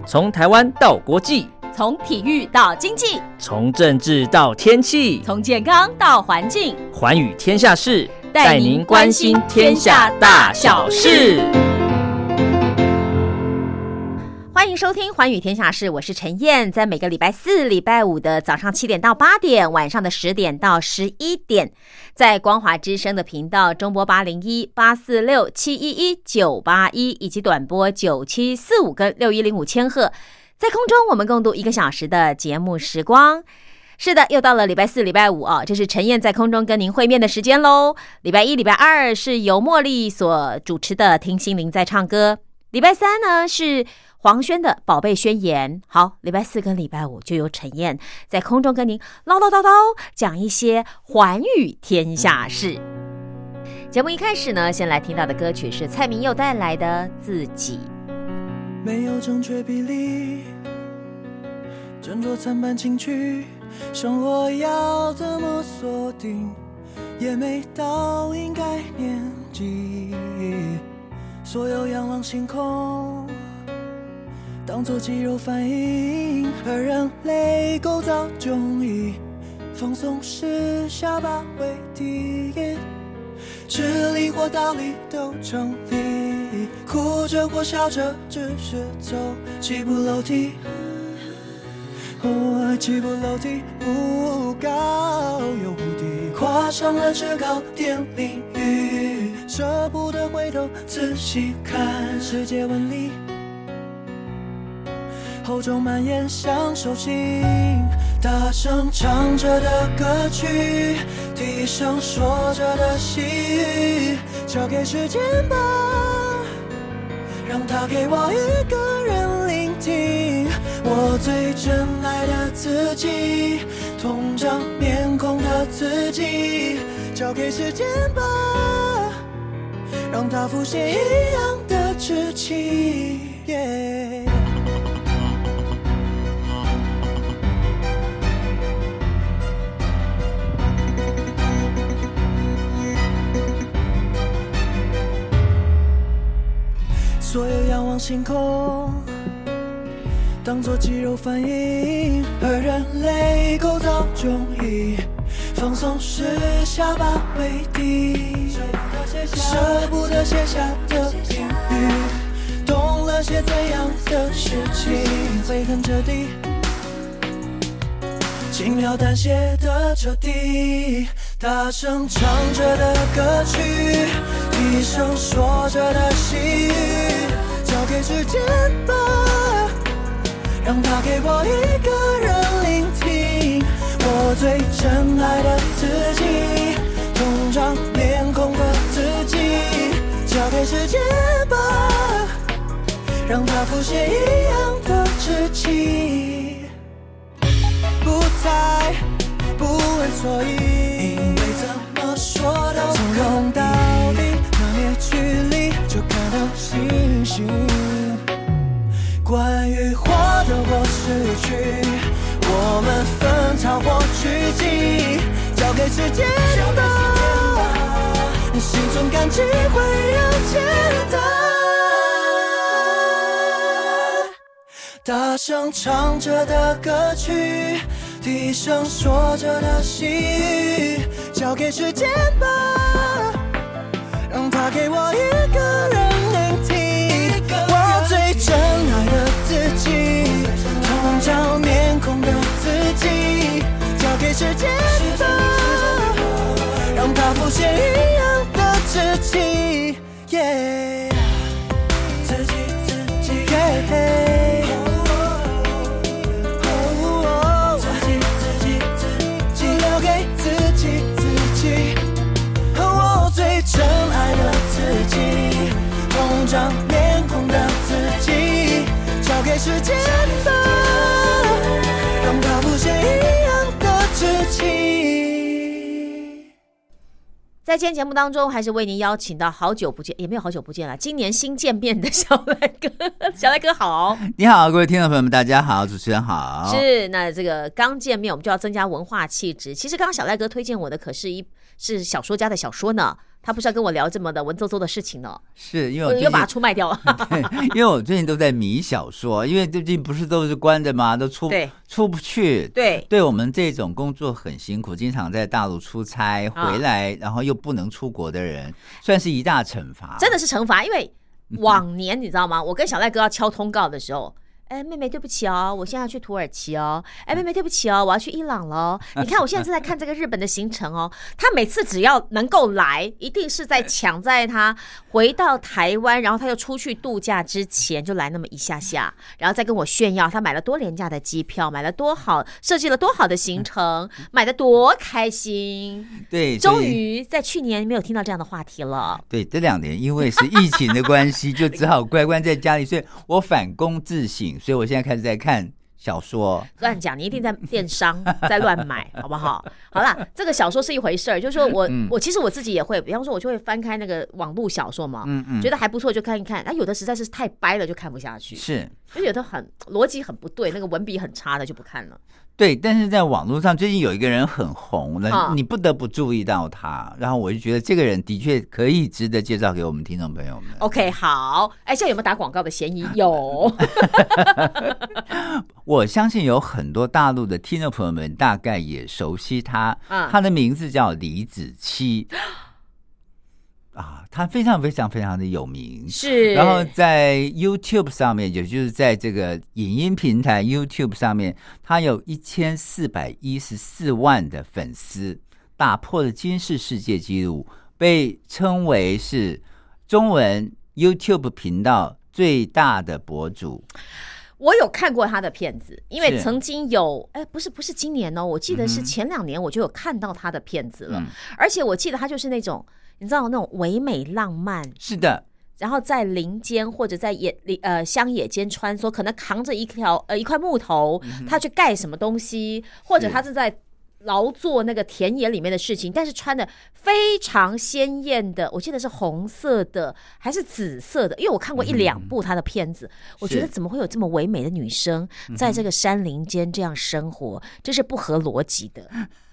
从台湾到国际， 从体育到经济， 从政治到天气， 从健康到环境， 寰宇天下事， 带您关心天下大小事。欢迎收听寰宇天下事，我是陈燕，在每个礼拜四、礼拜五的早上7点到8点，晚上的10点到11点，在光华之声的频道中波801-846-711-981以及短波9745跟6105千赫，在空中我们共度1个小时的节目时光。是的，又到了礼拜四、礼拜五啊，这是陈燕在空中跟您会面的时间喽。礼拜一、礼拜二是由茉莉所主持的听心灵在唱歌，礼拜三呢是黄轩的宝贝宣言。好，礼拜四跟礼拜五就由陈燕在空中跟您唠唠叨叨讲一些寰宇天下事。节目一开始呢，先来听到的歌曲是蔡明佑带来的自己。 没有正确比例，斟酌参半情趣，生活要怎么锁定，也没到应该年纪。所有仰望星空当作肌肉反应，而人类构造迥异，放松时下巴为底，智力或道理都成立，哭着或笑着只是走几步楼梯，几步楼梯不高又无敌，跨上了制高点领域，舍不得回头仔细看世界纹理，厚重蔓延像手心，大声唱着的歌曲，低声说着的细语，交给时间吧，让它给我一个人聆听，我最真爱的自己，通胀面孔的自己，交给时间吧，让它浮现一样的稚气、所有仰望星空当作肌肉反应，而人类构造迥异，放松时下巴为底，舍不得写下的评语，懂了些怎样的事情，悔恨彻底，轻描淡写的彻底，大声唱着的歌曲，低声说着的细语，交给时间吧，让它给我一个人聆听，我最真爱的自己，通胀面孔的自己，交给时间吧，让它浮现一样的稚气，不猜不问所以，因为怎么说都从容到底，拿捏距离就看到星星，关于获得或失去，我们分岔或趋近，交给时间吧，心中感激会有简单，大声唱着的歌曲，低声说着的细语，交给时间吧，让它给我一个人聆听，我最真爱的自己，通胀面孔的自己，交给时间吧，让它浮现一样的稚气、自己自己、真爱的自己，通胀面孔的自己，交给时间吧，让它浮现一样的稚气。 在今天节目当中，还是为您邀请到好久不见，也没有好久不见了，今年新见面的小赖哥，小赖哥好。 你好，各位听众朋友们，大家好，主持人好。 是，那这个刚见面，我们就要增加文化气质。其实刚刚小赖哥推荐我的可是小说家的小说呢。 他不是要跟我聊这么的文绉绉的事情呢？ 是因为我又把它出卖掉了。 对，因为我最近都在迷小说，因为最近不是都是关着吗？都出不去。对我们这种工作很辛苦，经常在大陆出差回来，然后又不能出国的人，算是一大惩罚。 真的是惩罚，因为往年你知道吗？我跟小赖哥要敲通告的时候。妹妹对不起哦，我现在要去土耳其哦。妹妹对不起哦，我要去伊朗了。你看我现在正在看这个日本的行程哦。他每次只要能够来，一定是在抢在他回到台湾，然后他又出去度假之前就来那么一下下，然后再跟我炫耀他买了多廉价的机票，买了多好，设计了多好的行程，买得多开心。 对， 终于在去年没有听到这样的话题了。 对，这2年因为是疫情的关系，就只好乖乖在家里，所以我反躬自省。所以我现在开始在看小说。 乱讲，你一定在电商在乱买，好不好？好啦，这个小说是一回事儿，就是说我其实我自己也会，比方说我就会翻开那个网络小说嘛，觉得还不错就看一看。有的实在是太掰了就看不下去， 是， 就有的很逻辑很不对，那个文笔很差的就不看了。 对，但是在网络上最近有一个人很红了，你不得不注意到他，然后我就觉得这个人的确可以值得介绍给我们听众朋友们。 OK， 好，现在有没有打广告的嫌疑？有。 我相信有很多大陆的听众朋友们大概也熟悉他，他的名字叫李子柒。他非常非常非常的有名， 是。 然后在 YouTube 上面，也就是在这个影音平台 YouTube 上面，他有1414万的粉丝，打破了金氏世界纪录，被称为是中文 YouTube 频道最大的博主。 我有看过他的片子，因为曾经有不是今年哦，我记得是前2年我就有看到他的片子了，而且我记得他就是那种你知道那种唯美浪漫， 是的， 然后在林间或者在乡野间穿梭，可能扛着一块木头，他去盖什么东西，或者他是在劳作那个田野里面的事情，但是穿的非常鲜艳的，我记得是红色的还是紫色的，因为我看过1-2部他的片子，我觉得怎么会有这么唯美的女生在这个山林间这样生活，这是不合逻辑的。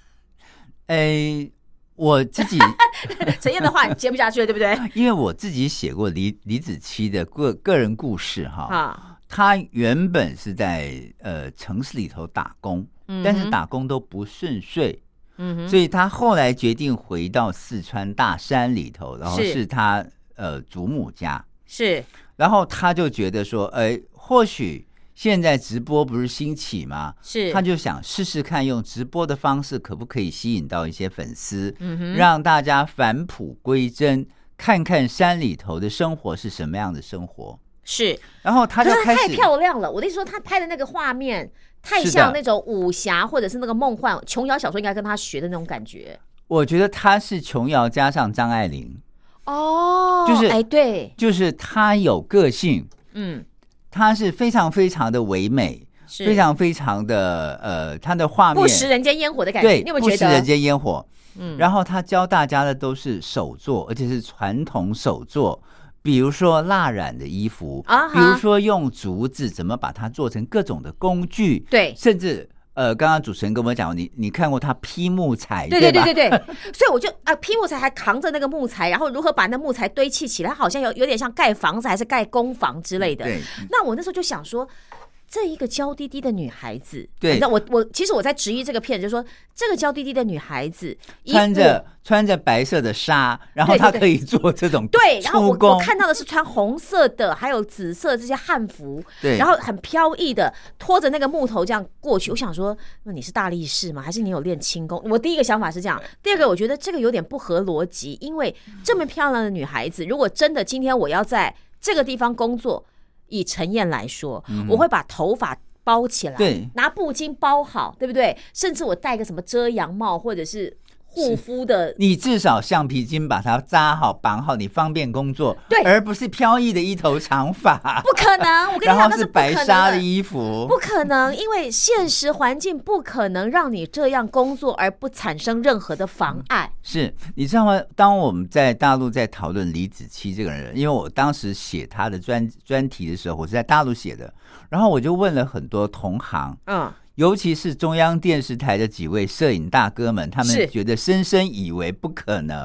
我自己陈燕的话你接不下去了，对不对？ 因为我自己写过李子柒的个人故事哈，他原本是在城市里头打工，但是打工都不顺遂，所以他后来决定回到四川大山里头，然后是他祖母家，是，然后他就觉得说，或许现在直播不是兴起吗？是，他就想试试看用直播的方式可不可以吸引到一些粉丝，让大家返璞归真，看看山里头的生活是什么样的生活。是，然后他就开始， 太漂亮了。我的意思说，他拍的那个画面太像那种武侠或者是那个梦幻琼瑶小说，应该跟他学的那种感觉。 我觉得他是琼瑶加上张爱玲。 哦，就是对， 就是他有个性，他是非常非常的唯美，非常非常的他的画面不食人间烟火的感觉， 对， 你有没有觉得不食人间烟火？然后他教大家的都是手作，而且是传统手作，比如说蜡染的衣服，比如说用竹子怎么把它做成各种的工具，对，甚至刚刚主持人跟我们讲，你看过他劈木材， 对，所以我就劈木材还扛着那个木材，然后如何把那木材堆砌起来，好像有点像盖房子还是盖工房之类的。那我那时候就想说，这一个娇滴滴的女孩子，对，我其实我在质疑这个片子，就是说这个娇滴滴的女孩子穿着白色的纱，然后她可以做这种对，然后我看到的是穿红色的，还有紫色这些汉服，对，然后很飘逸的拖着那个木头这样过去。我想说，那你是大力士吗？还是你有练轻功？我第一个想法是这样，第二个我觉得这个有点不合逻辑，因为这么漂亮的女孩子，如果真的今天我要在这个地方工作。以陈燕来说，我会把头发包起来，对，拿布巾包好，对不对？甚至我戴个什么遮阳帽，或者是护肤的， 你至少橡皮筋把它扎好绑好，你方便工作，对，而不是飘逸的一头长发， 不可能。我跟你讲， 然后是白纱的衣服， 不可能，因为现实环境不可能让你这样工作而不产生任何的妨碍。 是，你知道吗？当我们在大陆在讨论李子柒这个人，因为我当时写他的专题的时候，我是在大陆写的，然后我就问了很多同行，尤其是中央电视台的几位摄影大哥们，他们觉得深深以为不可能。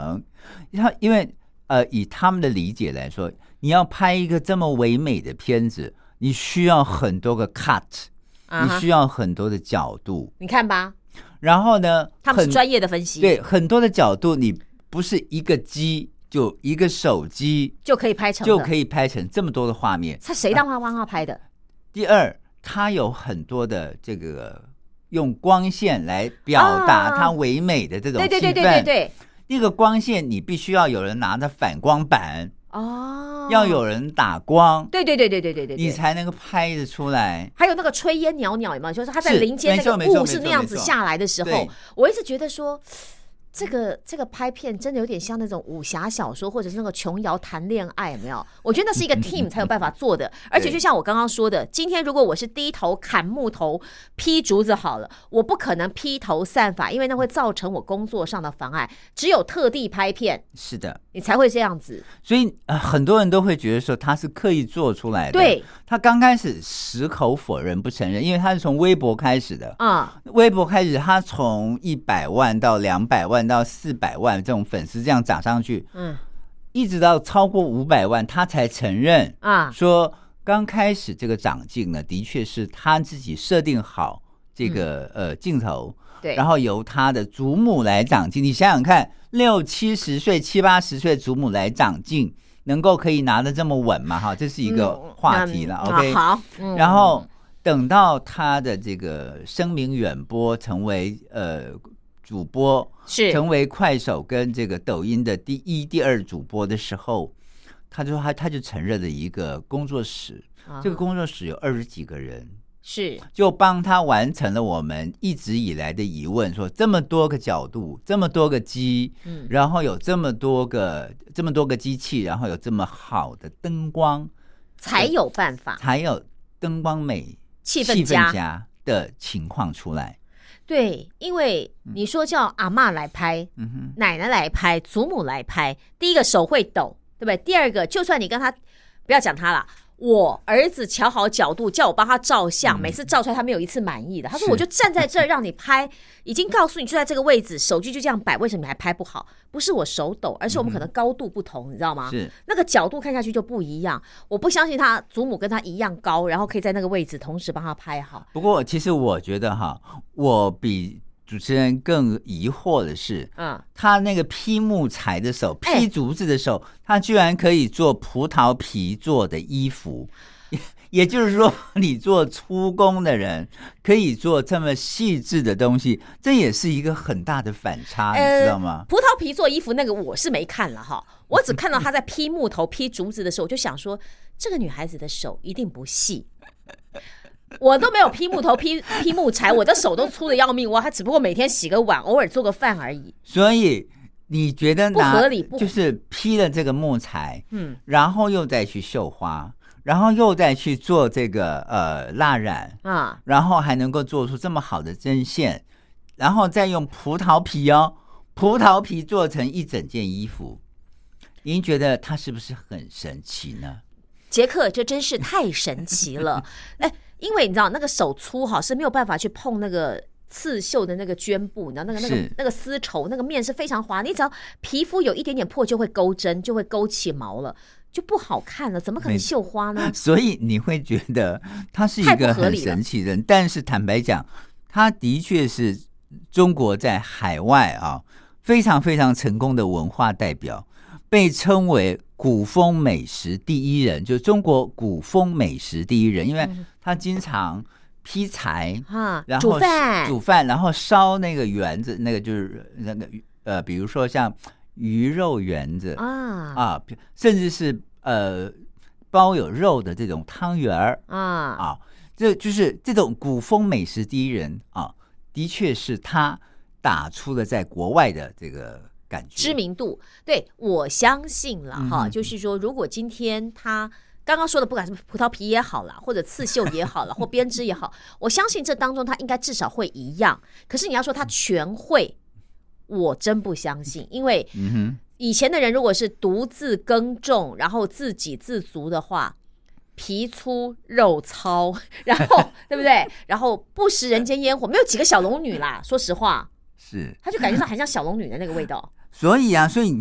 因为以他们的理解来说，你要拍一个这么唯美的片子，你需要很多个 cut，你需要很多的角度， 你看吧。 然后呢， 他们是专业的分析， 对，很多的角度，你不是一个机就一个手机就可以拍成这么多的画面。 他谁帮他拍的？ 第二，他有很多的这个用光线来表达它唯美的这种气氛。对，那个光线你必须要有人拿着反光板。要有人打光， 对， 你才能够拍得出来。 还有那个炊烟袅袅，有没有？就是他在林间那个雾是那样子下来的时候，我一直觉得说，这个拍片真的有点像那种武侠小说，或者是那个琼瑶谈恋爱，有没有？我觉得那是一个 team 才有办法做的。而且就像我刚刚说的，今天如果我是低头砍木头、劈竹子好了，我不可能披头散发，因为那会造成我工作上的妨碍。只有特地拍片， 是的， 你才会这样子。 所以很多人都会觉得说他是刻意做出来的。 对， 他刚开始矢口否认不承认，因为他是从微博开始的。微博开始，他从100万到200万到400万这种粉丝这样涨上去，一直到超过500万，他才承认说刚开始这个长进呢，的确是他自己设定好这个镜头，对，然后由他的祖母来长进。你想想看，60、70岁、70、80岁祖母来长进，能够可以拿得这么稳嘛？哈，这是一个话题了。OK， 好， 然后等到他的这个声名远播，成为主播，是成为快手跟这个抖音的第1、第2主播的时候，他就承认了一个工作室，这个工作室有20几个人， 是就帮他完成了我们一直以来的疑问，说这么多个角度，这么多个机，然后有这么多个机器，然后有这么好的灯光， 才有办法， 才有灯光美、气氛佳的情况出来。 对，因为你说叫阿嬷来拍，奶奶来拍，祖母来拍，第一个手会抖，对不对？第二个，就算你跟他不要讲他了，我儿子瞧好角度，叫我帮他照相，每次照出来他没有一次满意的。他说我就站在这儿让你拍，已经告诉你就在这个位置，手机就这样摆，为什么你还拍不好？不是我手抖，而是我们可能高度不同，你知道吗？是那个角度看下去就不一样。我不相信他祖母跟他一样高，然后可以在那个位置同时帮他拍好。 不过其实我觉得我比主持人更疑惑的是，他那个劈木材的手、劈竹子的手，他居然可以做葡萄皮做的衣服。也就是说，你做粗工的人可以做这么细致的东西，这也是一个很大的反差，你知道吗？ 葡萄皮做衣服那个我是没看了哈，我只看到他在劈木头、劈竹子的时候，我就想说，这个女孩子的手一定不细。我都没有劈木头、劈木材，我的手都粗的要命，我还只不过每天洗个碗，偶尔做个饭而已。 所以你觉得不合理？ 就是劈了这个木材，然后又再去绣花。然后又再去做这个蜡染然后还能够做出这么好的针线，然后再用葡萄皮做成一整件衣服，您觉得它是不是很神奇呢？ 杰克，这真是太神奇了！因为你知道那个手粗是没有办法去碰那个刺绣的那个绢布，你知道那个丝绸那个面是非常滑，你只要皮肤有一点点破就会勾针，就会勾起毛了。就不好看了，怎么可能绣花呢？ 所以你会觉得他是一个很神奇的人，但是坦白讲，他的确是中国在海外非常非常成功的文化代表，被称为古风美食第一人，就中国古风美食第一人，因为他经常劈柴然后煮饭，然后烧那个圆子，那个就是那个比如说像鱼肉圆子甚至是包有肉的这种汤圆这就是这种古风美食第一人的确是他打出了在国外的这个感觉知名度。对，我相信了就是说，如果今天他刚刚说的不管是葡萄皮也好啦，或者刺绣也好啦，或编织也好，我相信这当中他应该至少会一样。可是你要说他全会，我真不相信，因为以前的人如果是独自耕种，然后自给自足的话，皮粗肉糙，然后对不对？然后不食人间烟火，没有几个小龙女啦。说实话， 是， 他就感觉到很像小龙女的那个味道。 所以你知道，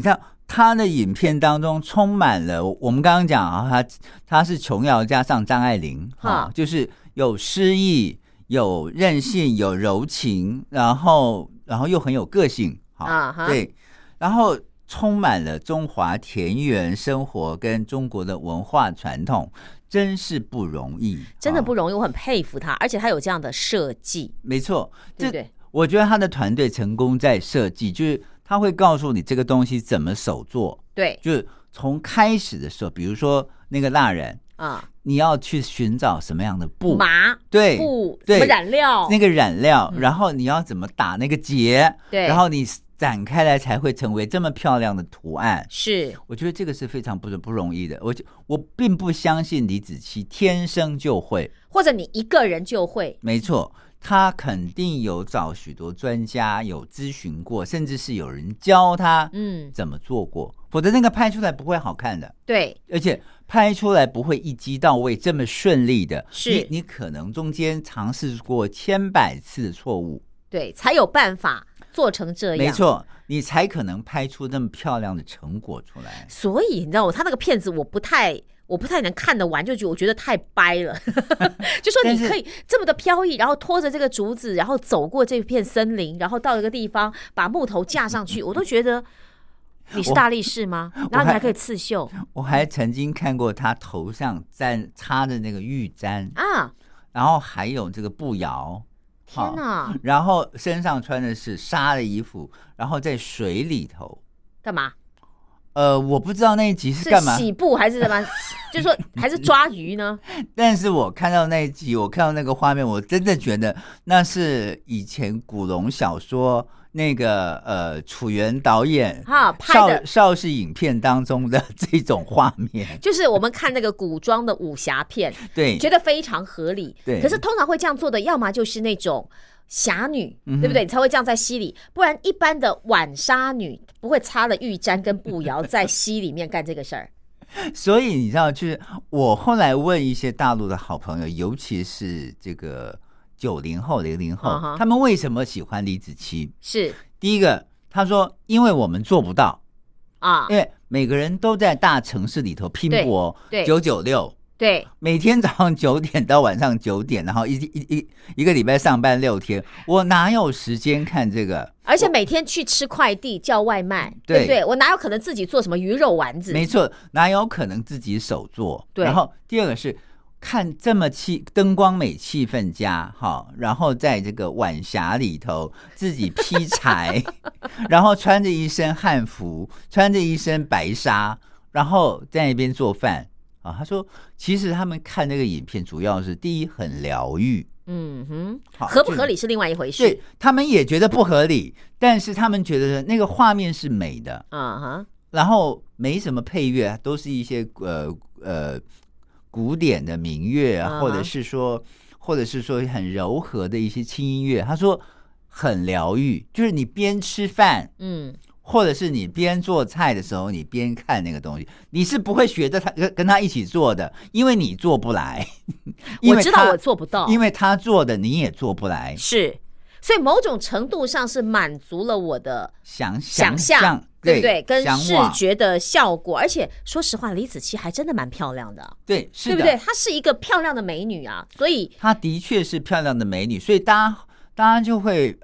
他的影片当中充满了我们刚刚讲啊，他是琼瑶加上张爱玲，就是有诗意、有韧性、有柔情，然后又很有个性，对，然后充满了中华田园生活跟中国的文化传统，真是不容易， 真的不容易，我很佩服他，而且他有这样的设计， 没错， 对不对？ 我觉得他的团队成功在设计，就是他会告诉你这个东西怎么手做， 对， 就是从开始的时候，比如说那个蜡染你要去寻找什么样的布， 麻， 对， 布， 对， 什么染料， 那个染料，然后你要怎么打那个结， 对， 然后你展开来才会成为这么漂亮的图案。 是， 我觉得这个是非常不容易的。我并不相信李子柒天生就会， 或者你一个人就会。 没错，他肯定有找许多专家，有咨询过，甚至是有人教他怎么做过，否则那个拍出来不会好看的。 对， 而且拍出来不会一击到位这么顺利的， 是你可能中间尝试过千百次的错误， 对，才有办法做成这样。 没错，你才可能拍出那么漂亮的成果出来。 所以你知道他那个片子我不太能看得完，我觉得太掰了。就说你可以这么的飘逸，然后拖着这个竹子，然后走过这片森林，然后到一个地方把木头架上去，我都觉得你是大力士吗？然后你还可以刺绣。 我还曾经看过他头上插的那个玉簪啊， 然后还有这个步摇。 天哪！然后身上穿的是纱的衣服，然后在水里头干嘛？ 我不知道那一集是干嘛， 是洗布还是什么？就是说还是抓鱼呢？ 但是我看到那一集，我看到那个画面，我真的觉得那是以前古龙小说那个楚原导演拍的邵氏影片当中的这种画面， 就是我们看那个古装的武侠片， 对， 觉得非常合理。 对， 可是通常会这样做的，要么就是那种侠女，对不对？你才会这样在溪里，不然一般的晚纱女不会插了玉簪跟步摇在溪里面干这个事儿。 所以你知道，就是我后来问一些大陆的好朋友，尤其是这个90后、00后，他们为什么喜欢李子柒？ 是第一个，他说，因为我们做不到啊， 因为每个人都在大城市里头拼搏，996。 对， 每天早上9点到晚上9点，然后一个礼拜上班6天，我哪有时间看这个？ 而且每天去吃快递叫外卖，对不对？我哪有可能自己做什么鱼肉丸子？ 没错，哪有可能自己手做？ 对。 然后第二个是看这么灯光美、气氛佳，然后在这个晚霞里头自己劈柴，然后穿着一身汉服，穿着一身白纱，然后在那边做饭。他说其实他们看那个影片主要是第一很疗愈， 合不合理是另外一回事， 对，他们也觉得不合理，但是他们觉得那个画面是美的，然后没什么配乐，都是一些古典的民乐，或者是说很柔和的一些轻音乐，他说很疗愈，就是你边吃饭或者是你边做菜的时候，你边看那个东西，你是不会学着他跟他一起做的，因为你做不来。 我知道我做不到， 因为他做的你也做不来。 是，所以某种程度上是满足了我的想象， 对不对？跟视觉的效果。而且说实话，李子柒还真的蛮漂亮的， 对，是的， 对不对？她是一个漂亮的美女啊，所以她的确是漂亮的美女，所以大家就会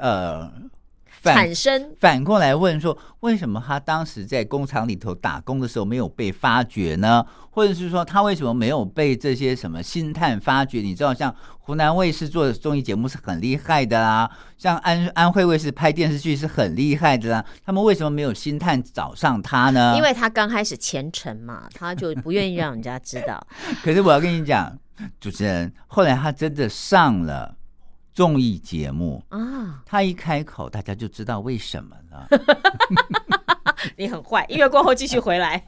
反过来问说，为什么他当时在工厂里头打工的时候没有被发掘呢？或者是说他为什么没有被这些什么星探发掘？你知道像湖南卫视做的综艺节目是很厉害的啦，像安徽卫视拍电视剧是很厉害的啦，他们为什么没有星探找上他呢？ 因为他刚开始虔诚嘛，他就不愿意让人家知道。 可是我要跟你讲，主持人，后来他真的上了综艺节目啊，他一开口大家就知道为什么了。 你很坏，音乐过后继续回来。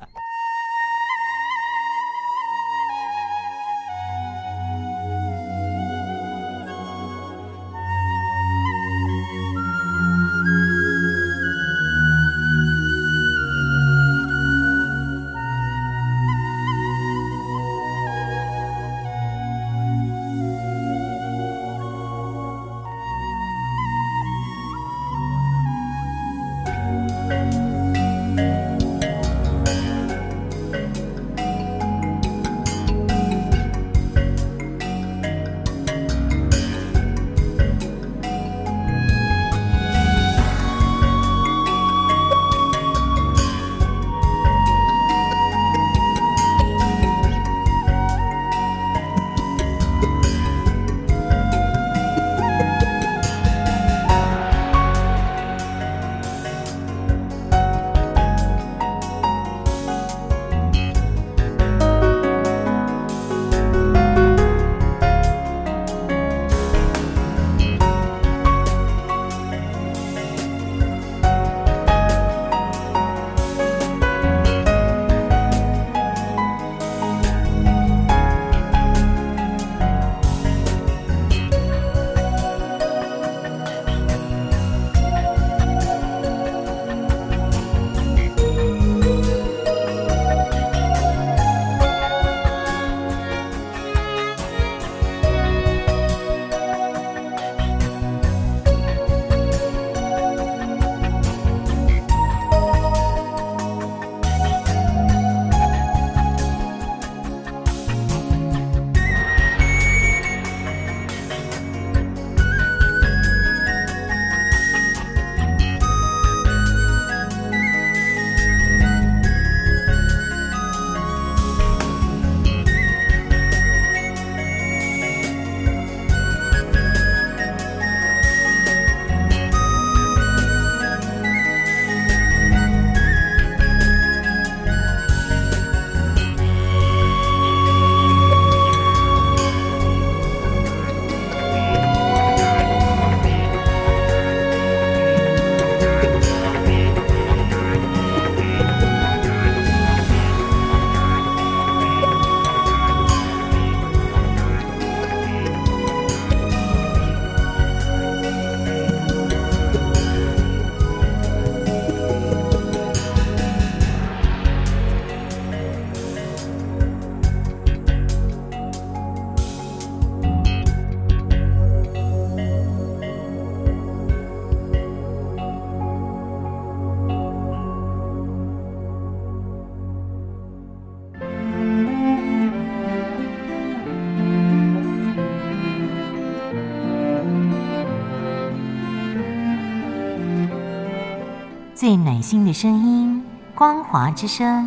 最暖心的声音，光华之声。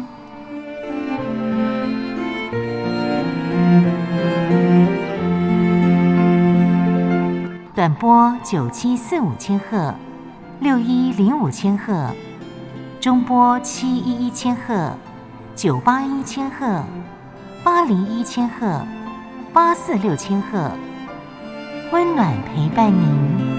短波9745千赫，6105千赫，中波711千赫，981千赫，801千赫，846千赫，温暖陪伴您。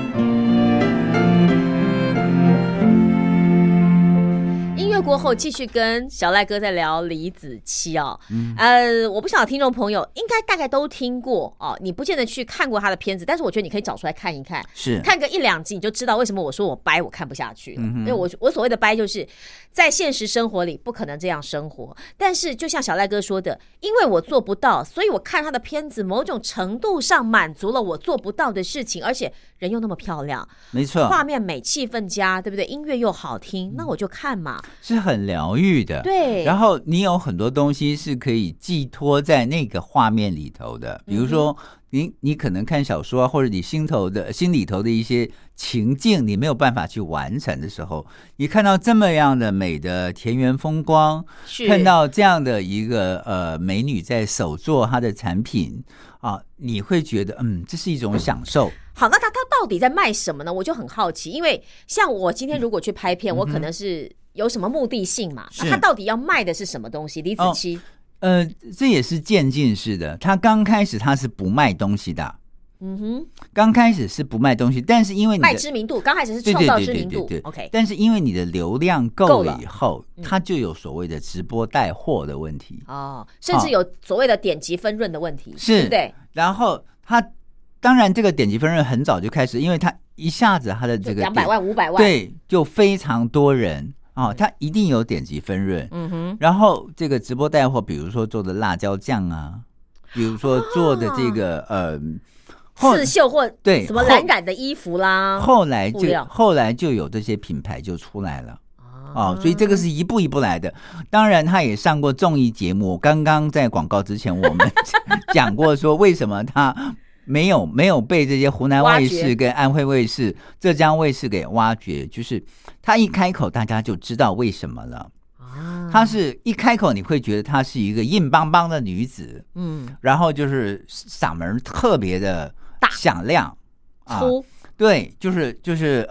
音乐过后，继续跟小赖哥在聊李子柒哦。我不晓得听众朋友应该大概都听过哦，你不见得去看过他的片子，但是我觉得你可以找出来看一看， 是看个1-2集，你就知道为什么我说我掰我看不下去了。因为我所谓的掰，就是在现实生活里不可能这样生活，但是就像小赖哥说的，因为我做不到，所以我看他的片子，某种程度上满足了我做不到的事情，而且人又那么漂亮， 没错， 画面美，气氛佳，对不对？音乐又好听，那我就看嘛。 是很疗愈的， 对。 然后你有很多东西是可以寄托在那个画面里头的，比如说你可能看小说啊，或者你心里头的一些情境，你没有办法去完成的时候，你看到这么样的美的田园风光，看到这样的一个美女在手做她的产品啊，你会觉得这是一种享受。 好，那他到底在卖什么呢？我就很好奇，因为像我今天如果去拍片，我可能是有什么目的性嘛？那他到底要卖的是什么东西？李子柒， 这也是渐进式的。他刚开始他是不卖东西的，刚开始是不卖东西，但是因为你的卖知名度，刚开始是创造知名度，对 OK。但是因为你的流量够了以后，他就有所谓的直播带货的问题哦，甚至有所谓的点击分润的问题， 是，对不对？然后他当然这个点击分润很早就开始，因为他一下子他的这个 200万、500万， 对，就非常多人。他一定有点击分润，然后这个直播带货，比如说做的辣椒酱啊，比如说做的这个刺绣或对什么蓝染的衣服啦， 后来就有这些品牌就出来了所以这个是一步一步来的。当然他也上过综艺节目，刚刚在广告之前我们讲过说为什么他没有被这些湖南卫视跟安徽卫视、浙江卫视给挖掘，就是他一开口大家就知道为什么了。他是一开口你会觉得她是一个硬邦邦的女子，然后就是嗓门特别的响亮粗， 对，就是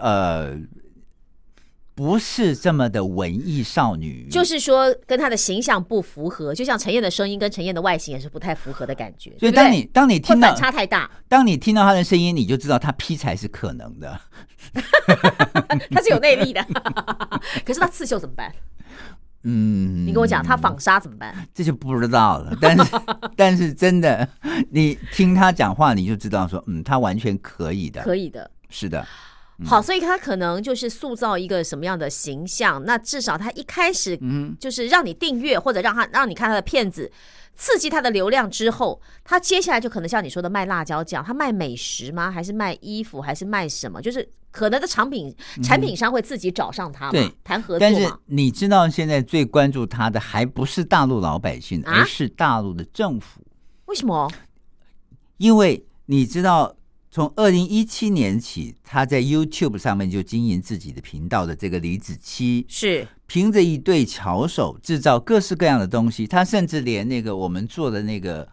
不是这么的文艺少女， 就是说跟她的形象不符合，就像陈燕的声音跟陈燕的外形也是不太符合的感觉。 所以当你听到反差太大， 当你听到她的声音，你就知道她劈柴是可能的， 她是有内力的。可是她刺绣怎么办？你跟我讲，她纺纱怎么办？ 这就不知道了。但是真的，你听她讲话，你就知道说，她完全可以的， 可以的， 是的。 好，所以他可能就是塑造一个什么样的形象，那至少他一开始就是让你订阅或者让你看他的片子，刺激他的流量之后，他接下来就可能像你说的卖辣椒酱，他卖美食吗？还是卖衣服？还是卖什么？就是可能的产品商会自己找上他嘛， 对， 谈合作嘛。 但是你知道现在最关注他的还不是大陆老百姓，而是大陆的政府。 为什么？ 因为你知道从2017年起，他在 YouTube 上面就经营自己的频道的这个李子柒， 是凭着一对巧手制造各式各样的东西。他甚至连那个我们做的那个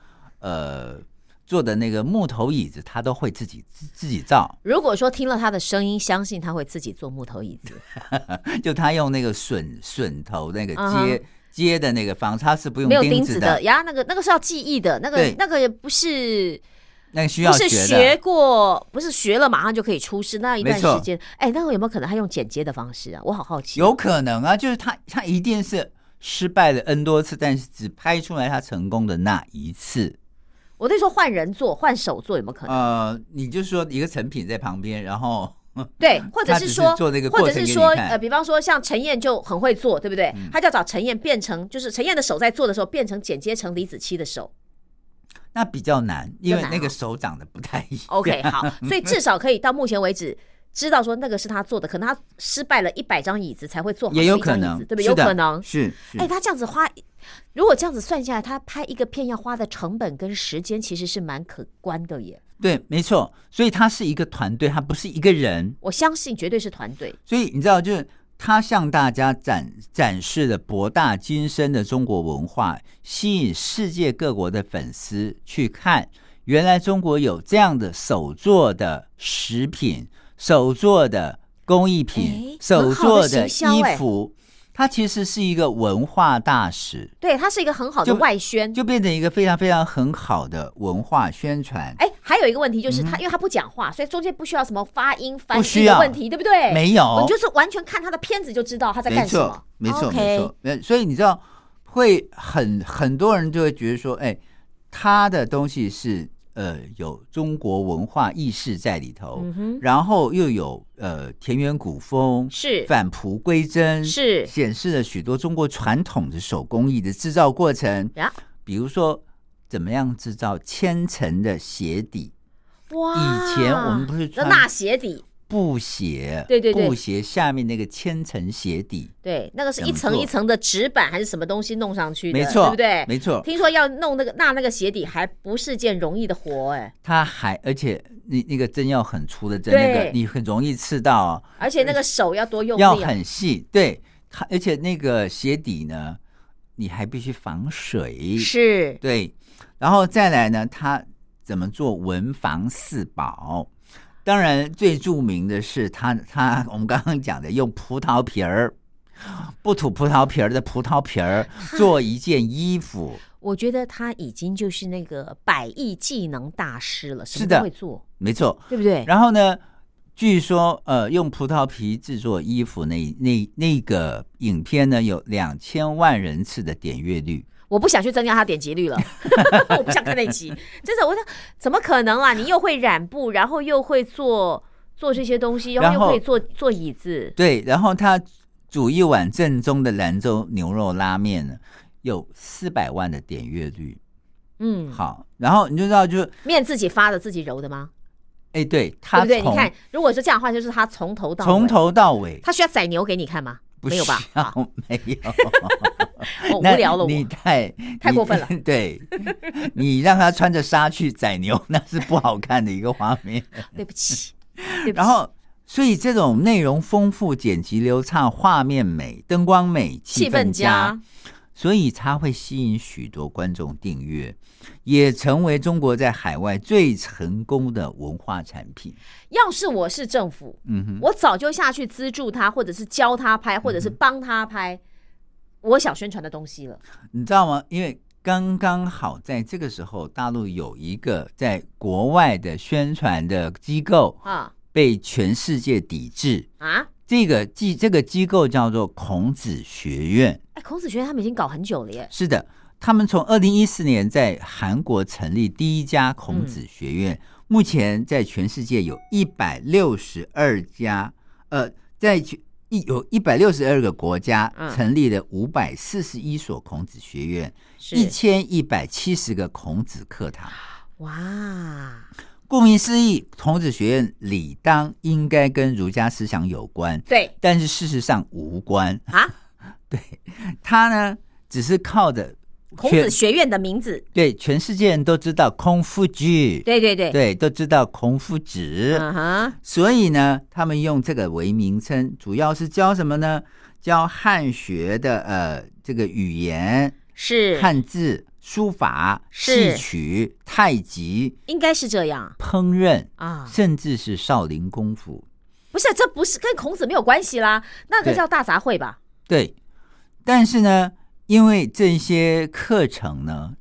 木头椅子，他都会自己造。 如果说听了他的声音，相信他会自己做木头椅子。 就他用那个榫头那个接的那个方，他是不用钉子的呀。那个是要记忆的，那个也不是。 那个需要学的， 不是学过，不是学了马上就可以出师，那一段时间，那个有没有可能他用剪接的方式啊？我好好奇。 有可能啊，就是他一定是失败了 N 多次，但是只拍出来他成功的那一次。 我对说换人做、换手做有没有可能？ 你就说一个成品在旁边，然后对，或者是说做那个过程给你看， 比方说像陈燕就很会做，对不对？他就要找陈燕变成，就是陈燕的手在做的时候变成剪接成李子柒的手。 那比较难，因为那个手长得不太一样。 OK， 好，所以至少可以到目前为止知道说那个是他做的，可能他失败了100张椅子才会做好也有可能， 对不对？有可能是。 他这样子花，如果这样子算下来，他拍一个片要花的成本跟时间其实是蛮可观的耶。 对，没错，所以他是一个团队，他不是一个人。 我相信绝对是团队。 所以你知道，就是他向大家展示了博大精深的中国文化，吸引世界各国的粉丝去看，原来中国有这样的手做的食品、手做的工艺品、手做的衣服，它其实是一个文化大使。 对，它是一个很好的外宣， 就变成一个非常非常很好的文化宣传。 还有一个问题就是因为他不讲话，所以中间不需要什么发音翻译的问题，对不对？ 没有， 你就是完全看他的片子就知道他在干什么。 没错，没错。所以你知道，会很多人就会觉得说，他的东西是有中国文化意识在里头，然后又有田园古风， 是返璞归真， 是显示了许多中国传统的手工艺的制造过程，比如说怎么样制造千层的鞋底。 哇！ 以前我们不是穿纳鞋底布鞋， 对， 布鞋下面那个千层鞋底， 对，那个是一层一层的纸板还是什么东西弄上去的， 没错， 对不对？ 没错。 听说要弄那个鞋底还不是件容易的活， 而且那个针要很粗的针，那个你很容易刺到， 而且那个手要多用力， 要很细，对，而且那个鞋底呢，你还必须防水， 是， 对，然后再来呢，它怎么做文房四宝？当然最著名的是他我们刚刚讲的用葡萄皮儿，不吐葡萄皮儿的葡萄皮儿做一件衣服。 我觉得他已经就是那个百亿技能大师了， 是的， 什么都会做， 没错， 对不对？ 然后呢，据说用葡萄皮制作衣服那个影片呢，有2000万人次的点阅率。 我不想去增加他点击率了我不想看那集，真的，我想怎么可能啦？你又会染布，然后又会做这些东西，然后又会做椅子， 对，然后他煮一碗正宗的兰州牛肉拉面呢，有400万的点阅率。好，然后你就知道，就是面自己发的自己揉的吗？ 对，他对不对？你看，如果是这样的话，就是他从头到尾，他需要宰牛给你看吗？没有吧？ 没有无聊了， 你太过分了。 对，你让他穿着纱去宰牛，那是不好看的一个画面。 对不起。 然后，所以这种内容丰富、剪辑流畅、画面美、灯光美、气氛佳，所以它会吸引许多观众订阅，也成为中国在海外最成功的文化产品。 要是我是政府，我早就下去资助他，或者是教他拍，或者是帮他拍我想宣传的东西了。 你知道吗？因为刚刚好在这个时候，大陆有一个在国外的宣传的机构被全世界抵制啊。这个机构叫做孔子学院。 孔子学院他们已经搞很久了耶。 是的，他们从2014年在韩国成立第一家孔子学院，目前在全世界有162家，有162个国家成立了541所孔子学院，1170个孔子课堂。哇！顾名思义，孔子学院理当应该跟儒家思想有关， 对， 但是事实上无关啊。对，他呢只是靠着孔子学院的名字， 对，全世界人都知道孔夫子，对，都知道孔夫子，所以呢，他们用这个为名称，主要是教什么呢？教汉学的这个语言，是汉字、书法、戏曲、太极， 应该是这样， 烹饪啊，甚至是少林功夫。 不是，这不是跟孔子没有关系啦，那个叫大杂烩吧？ 对，但是呢，因为这些课程呢，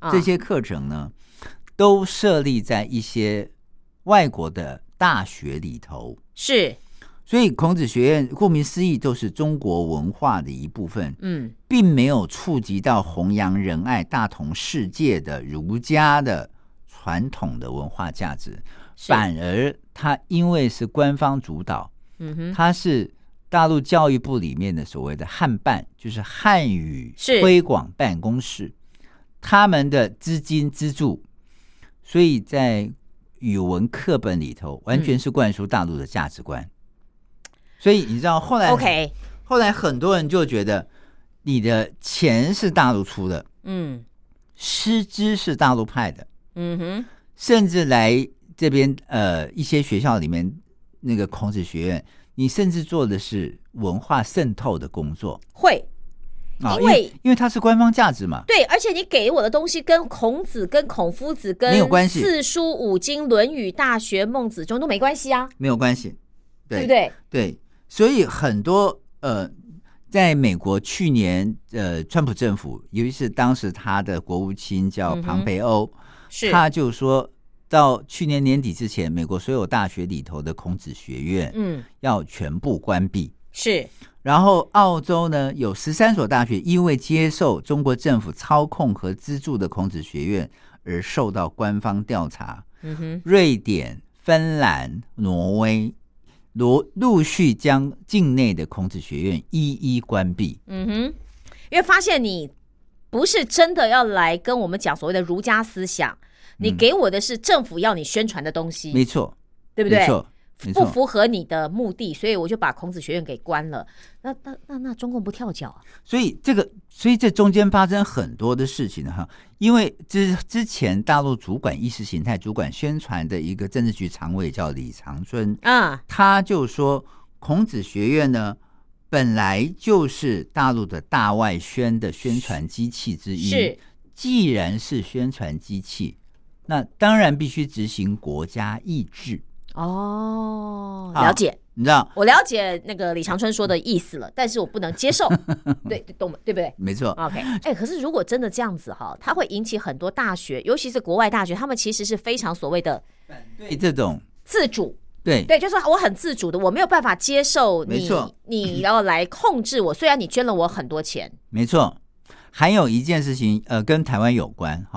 都设立在一些外国的大学里头， 是， 所以孔子学院顾名思义都是中国文化的一部分，并没有触及到弘扬仁爱、大同世界的儒家的传统的文化价值，反而它因为是官方主导，它是大陆教育部里面的所谓的汉办，就是汉语推广办公室，他们的资金资助，所以在语文课本里头完全是灌输大陆的价值观。所以你知道后来很多人就觉得你的钱是大陆出的，师资是大陆派的，甚至来这边一些学校里面那个孔子学院， 你甚至做的是文化渗透的工作， 会。 因为它是官方价值嘛。 对，而且你给我的东西跟孔子、跟孔夫子、跟没有关系， 四书五经、论语、大学、孟子中都没关系啊， 没有关系，对不对？ 对，所以很多在美国去年川普政府，尤其是当时他的国务卿叫庞培欧，他就说到去年年底之前，美国所有大学里头的孔子学院要全部关闭。 是。 然后澳洲呢有13所大学因为接受中国政府操控和资助的孔子学院而受到官方调查。瑞典、芬兰、挪威陆续将境内的孔子学院一一关闭。 因为发现你不是真的要来跟我们讲所谓的儒家思想，你给我的是政府要你宣传的东西。 没错， 对不对？ 没错， 不符合你的目的，所以我就把孔子学院给关了。那中共不跳脚啊？ 所以这中间发生很多的事情哈。因为之前大陆主管意识形态、主管宣传的一个政治局常委叫李长春他就说孔子学院呢本来就是大陆的大外宣的宣传机器之一，是，既然是宣传机器，那当然必须执行国家意志。了解， 你知道， 我了解那个李长春说的意思了，但是我不能接受。对，懂对不对？ 没错。 OK， 可是如果真的这样子哈，它会引起很多大学，尤其是国外大学，他们其实是非常所谓的反对这种自主。 对， 就是我很自主的，我没有办法接受你要来控制我。虽然你捐了我很多钱，没错。还有一件事情，跟台湾有关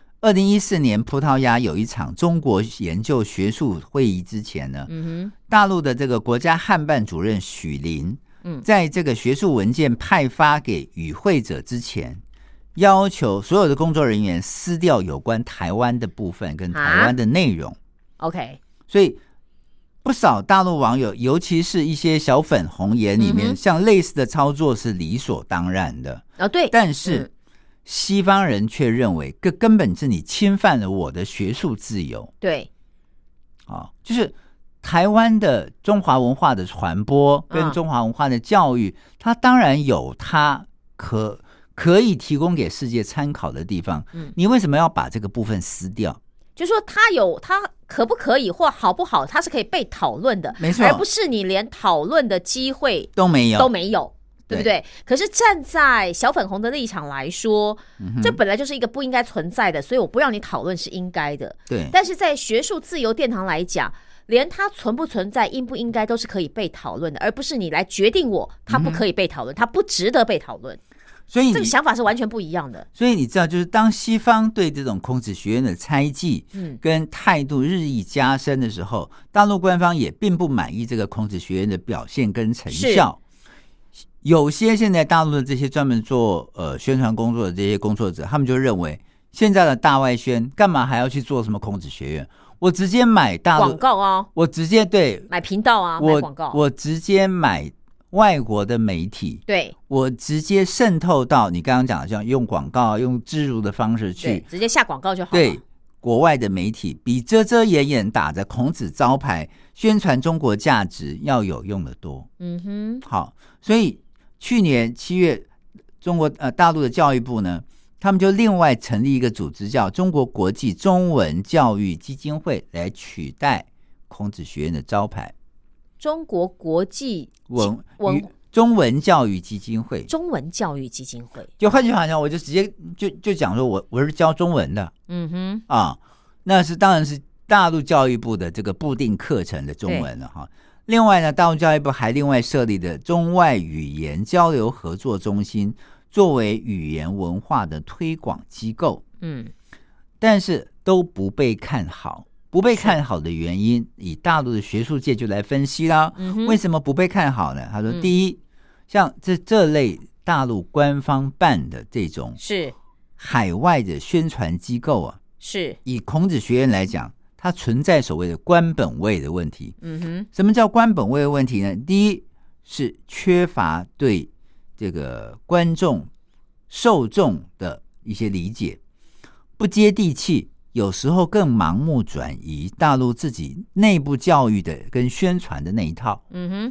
2014年葡萄牙有一场中国研究学术会议之前呢，大陆的这个国家汉办主任许林，在这个学术文件派发给与会者之前，要求所有的工作人员撕掉有关台湾的部分跟台湾的内容。 OK， 所以不少大陆网友，尤其是一些小粉红眼里面，像类似的操作是理所当然的。 对， 但是西方人却认为这根本是你侵犯了我的学术自由。 对， 就是台湾的中华文化的传播跟中华文化的教育，它当然有它可以提供给世界参考的地方，你为什么要把这个部分撕掉？ 就是说它可不可以或好不好，它是可以被讨论的， 没错， 而不是你连讨论的机会都没有。 对不对？可是站在小粉红的立场来说，这本来就是一个不应该存在的，所以我不让你讨论是应该的。 对。 但是在学术自由殿堂来讲，连它存不存在、应不应该都是可以被讨论的，而不是你来决定它不可以被讨论，它不值得被讨论。 所以这个想法是完全不一样的。 所以你知道，就是当西方对这种孔子学院的猜忌跟态度日益加深的时候，大陆官方也并不满意这个孔子学院的表现跟成效。有些现在大陆的这些专门做宣传工作的这些工作者，他们就认为现在的大外宣干嘛还要去做什么孔子学院？我直接买大陆广告啊， 我直接买频道啊，买广告， 我直接买外国的媒体， 对， 我直接渗透到你刚刚讲的，像用广告、用植入的方式去， 直接下广告就好了。 对，国外的媒体比遮遮掩掩打着孔子招牌宣传中国价值要有用的多。好，所以去年7月，中国大陆的教育部呢，他们就另外成立一个组织，叫中国国际中文教育基金会，来取代孔子学院的招牌。 中国国际中文教育基金会， 中文教育基金会， 就换句话讲，我就直接就讲说我是教中文的，那是当然是大陆教育部的这个固定课程的中文了哈。另外呢，大陆教育部还另外设立的中外语言交流合作中心，作为语言文化的推广机构。但是都不被看好。不被看好的原因，以大陆的学术界就来分析啦。为什么不被看好呢？他说，第一，像这类大陆官方办的这种是海外的宣传机构啊， 是以孔子学院来讲，它存在所谓的官本位的问题。什么叫官本位的问题呢？第一是缺乏对这个观众受众的一些理解，不接地气，有时候更盲目转移大陆自己内部教育的跟宣传的那一套。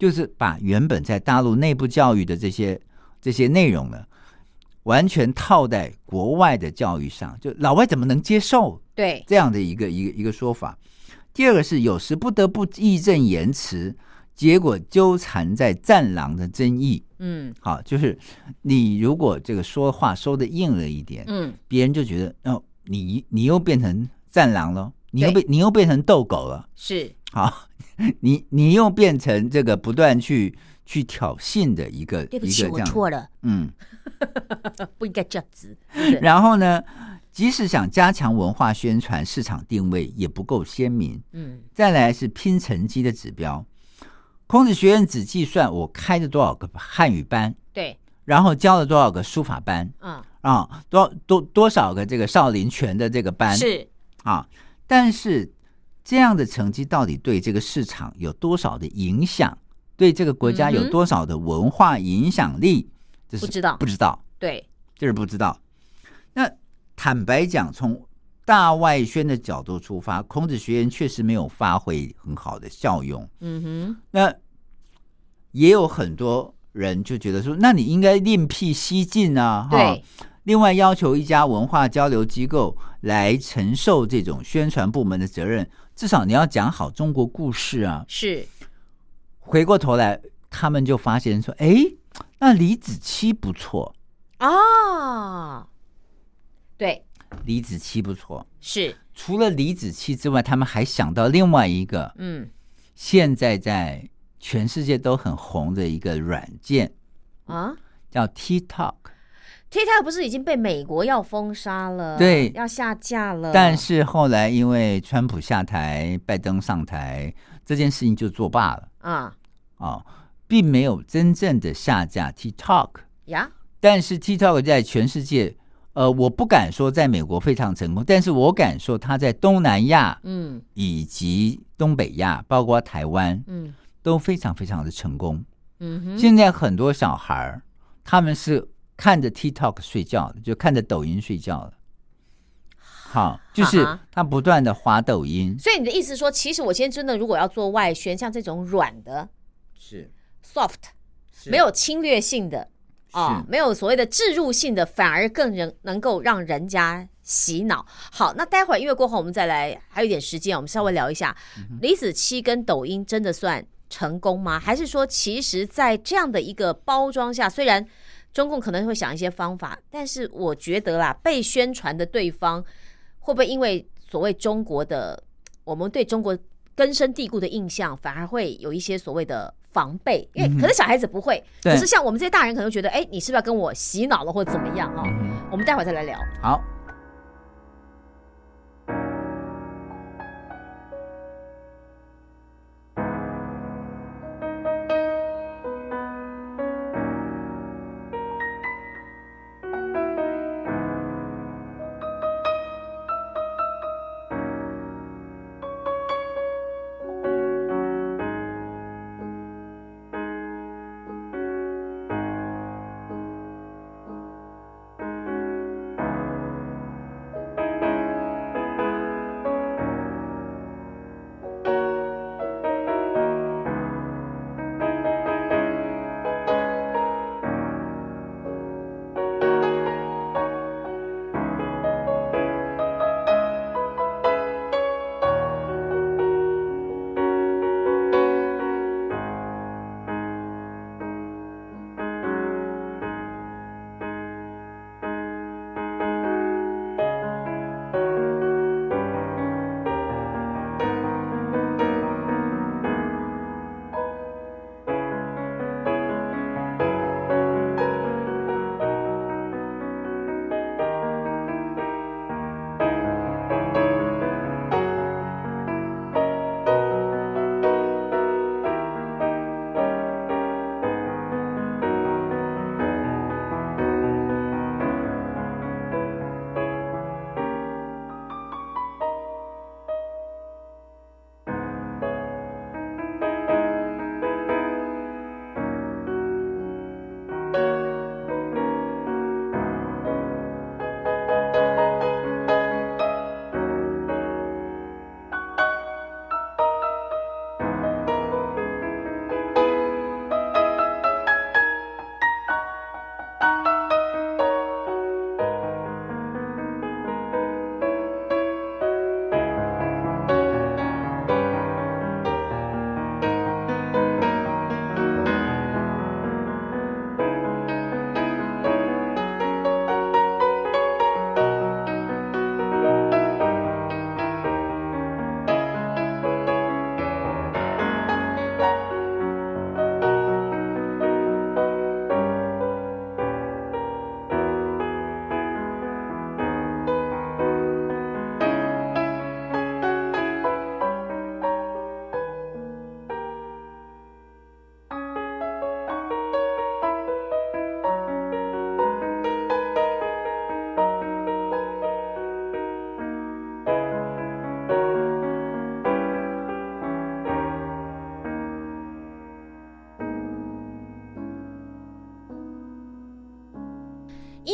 就是把原本在大陆内部教育的这些内容呢，完全套在国外的教育上，就老外怎么能接受对这样的一个说法。第二个是有时不得不义正言辞，结果纠缠在战狼的争议。好，就是你如果这个说话说的硬了一点，别人就觉得你又变成战狼了，你又变成斗狗了， 是好，你又变成这个不断去挑衅的一个对不起，我错了，不应该这样子。 然后呢，即使想加强文化宣传，市场定位也不够鲜明。再来是拼成绩的指标，孔子学院只计算我开了多少个汉语班， 对， 然后教了多少个书法班，多少个这个少林拳的这个班， 是啊，但是这样的成绩到底对这个市场有多少的影响？对这个国家有多少的文化影响力？这是不知道， 对， 这是不知道。那坦白讲，从大外宣的角度出发，孔子学院确实没有发挥很好的效用。那也有很多人就觉得说，那你应该另辟蹊径啊， 对。 另外要求一家文化交流机构来承受这种宣传部门的责任，至少你要讲好中国故事啊。 是。 回过头来，他们就发现说，那李子柒不错啊。对， 李子柒不错。 是。 除了李子柒之外，他们还想到另外一个，现在在全世界都很红的一个软件啊，叫 TikTok。TikTok 不是已经被美国要封杀了？ 对， 要下架了。 但是后来因为川普下台，拜登上台，这件事情就作罢了并没有真正的下架 TikTok 呀。 但是 TikTok 在全世界，我不敢说在美国非常成功，但是我敢说它在东南亚，以及东北亚，包括台湾，都非常非常的成功。现在很多小孩他们是看着 TikTok 睡觉的，就看着抖音睡觉的。好，就是他不断的滑抖音。 所以你的意思说，其实我今天真的如果要做外宣，像这种软的， 是 soft， 没有侵略性的没有所谓的置入性的，反而更能够让人家洗脑。好，那待会儿音乐过后我们再来，还有一点时间，我们稍微聊一下李子柒跟抖音真的算成功吗？还是说其实在这样的一个包装下，虽然中共可能会想一些方法，但是我觉得啦，被宣传的对方会不会因为所谓中国的我们对中国根深蒂固的印象，反而会有一些所谓的防备？因为可能小孩子不会，可是像我们这些大人可能觉得，你是不是要跟我洗脑了或者怎么样我们待会儿再来聊。 好。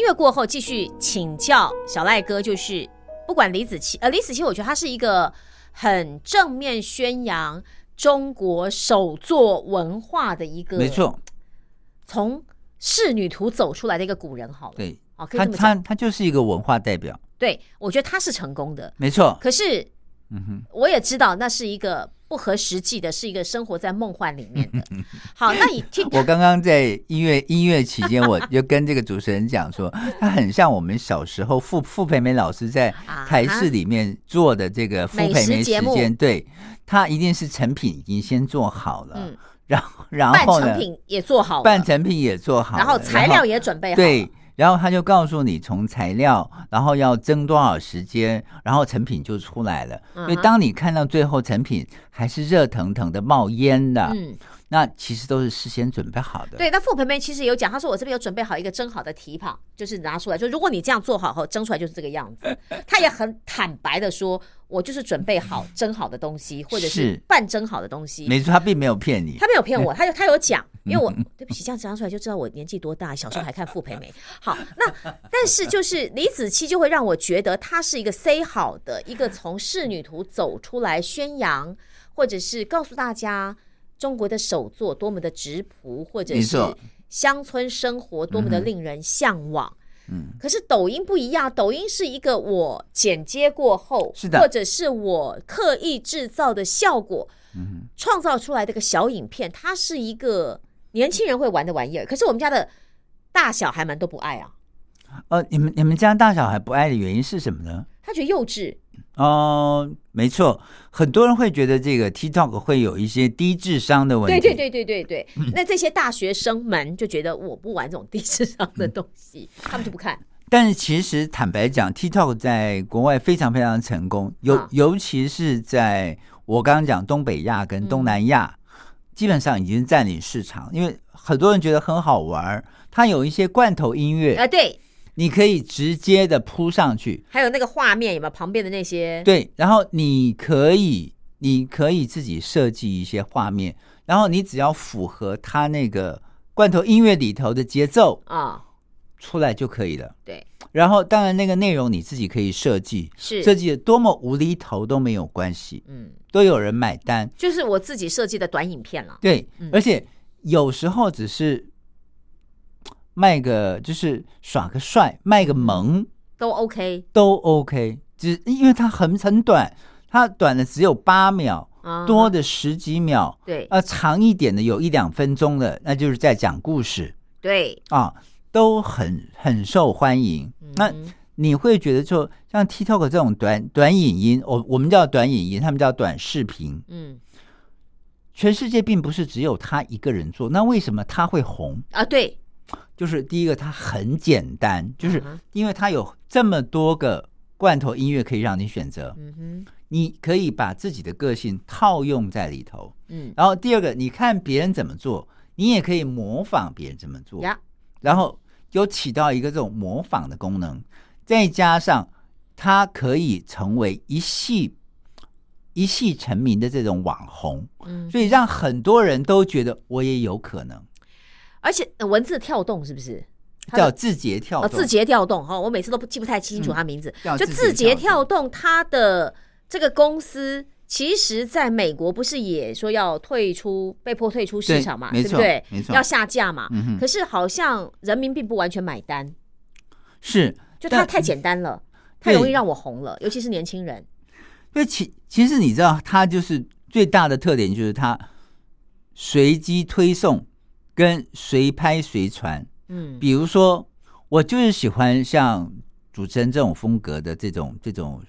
乐过后继续请教小赖哥，就是不管李子柒我觉得他是一个很正面宣扬中国手作文化的一个， 没错，从仕女图走出来的一个古人好了。 对， 可以这么讲， 他就是一个文化代表。 对，我觉得他是成功的， 没错。 可是，我也知道那是一个不合实际的，是一个生活在梦幻里面的。好，那你听， 我刚刚在音乐期间，我就跟这个主持人讲说，他很像我们小时候傅培梅老师在台视里面做的这个傅培梅时间，对，他一定是成品已经先做好了。然后呢， 半成品也做好了， 半成品也做好了， 然后材料也准备好了， 对，然后他就告诉你从材料，然后要蒸多少时间，然后成品就出来了。所以当你看到最后成品还是热腾腾的冒烟的，那其实都是事先准备好的。 对，那傅培梅其实有讲，他说我这边有准备好一个蒸好的蹄膀，就是拿出来，就如果你这样做好后蒸出来就是这个样子。他也很坦白的说，我就是准备好蒸好的东西，或者是半蒸好的东西。 没错，他并没有骗你， 他没有骗我，他有讲，因为我对不起，这样讲出来就知道我年纪多大，小时候还看傅培梅。好，那但是就是李子柒就会让我觉得他是一个 say 好的一个从仕女图走出来宣扬，或者是告诉大家中国的手作多么的质朴，或者是乡村生活多么的令人向往。可是抖音不一样，抖音是一个我剪接过后，或者是我刻意制造的效果，创造出来的一个小影片，它是一个年轻人会玩的玩意儿。可是我们家的大小孩们都不爱啊。 你们家大小孩不爱的原因是什么呢？ 他觉得幼稚。 没错，很多人会觉得这个 TikTok 会有一些低智商的问题。 对，那这些大学生们就觉得我不玩这种低智商的东西，他们就不看。 但是其实坦白讲 ，TikTok 在国外非常非常成功，尤其是在我刚刚讲东北亚跟东南亚，基本上已经占领市场，因为很多人觉得很好玩，它有一些罐头音乐对。 你可以直接的铺上去， 还有那个画面有没有旁边的那些？ 对，然后你可以自己设计一些画面，然后你只要符合它那个罐头音乐里头的节奏出来就可以了。 对， 然后当然那个内容你自己可以设计，设计的多么无厘头都没有关系，都有人买单。 就是我自己设计的短影片了。 对，而且有时候只是卖个就是耍个帅，卖个萌都 OK， 只因为它很短，它短的只有8秒，多的10几秒， 对， 长一点的有1-2分钟的，那就是在讲故事， 对都很受欢迎。那你会觉得说，像 TikTok 这种短影音，我们叫短影音，他们叫短视频，全世界并不是只有他一个人做，那为什么他会红啊？对。 就是第一个，它很简单，就是因为它有这么多个罐头音乐可以让你选择，你可以把自己的个性套用在里头，然后第二个，你看别人怎么做，你也可以模仿别人怎么做，然后有起到一个这种模仿的功能，再加上它可以成为一夕成名的这种网红，所以让很多人都觉得我也有可能。 而且文字跳动是不是叫字节跳动？ 字节跳动我每次都记不太清楚他名字。就字节跳动，它的这个公司其实在美国不是也说要被迫退出市场嘛，对不对？要下架嘛。可是好像人民并不完全买单， 是就它太简单了，太容易让我红了，尤其是年轻人。 因为其实你知道，它就是最大的特点就是它随机推送跟随拍随传，比如说我就是喜欢像主持人这种风格的这种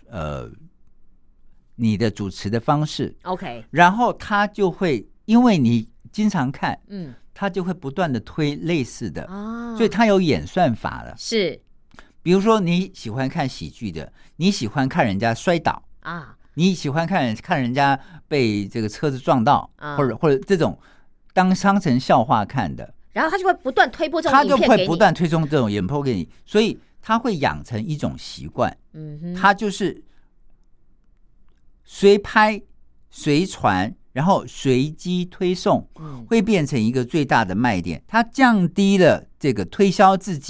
你的主持的方式 ，OK， 然后他就会因为你经常看，他就会不断的推类似的，所以他有演算法了。 是， 比如说你喜欢看喜剧的，你喜欢看人家摔倒你喜欢看人家被这个车子撞到，或者这种。当成笑话看的， 然后他就会不断推播这种影片给你， 他就会不断推送这种影片给你，所以他会养成一种习惯，他就是随拍随传，然后随机推送，会变成一个最大的卖点。他降低了这个推销自己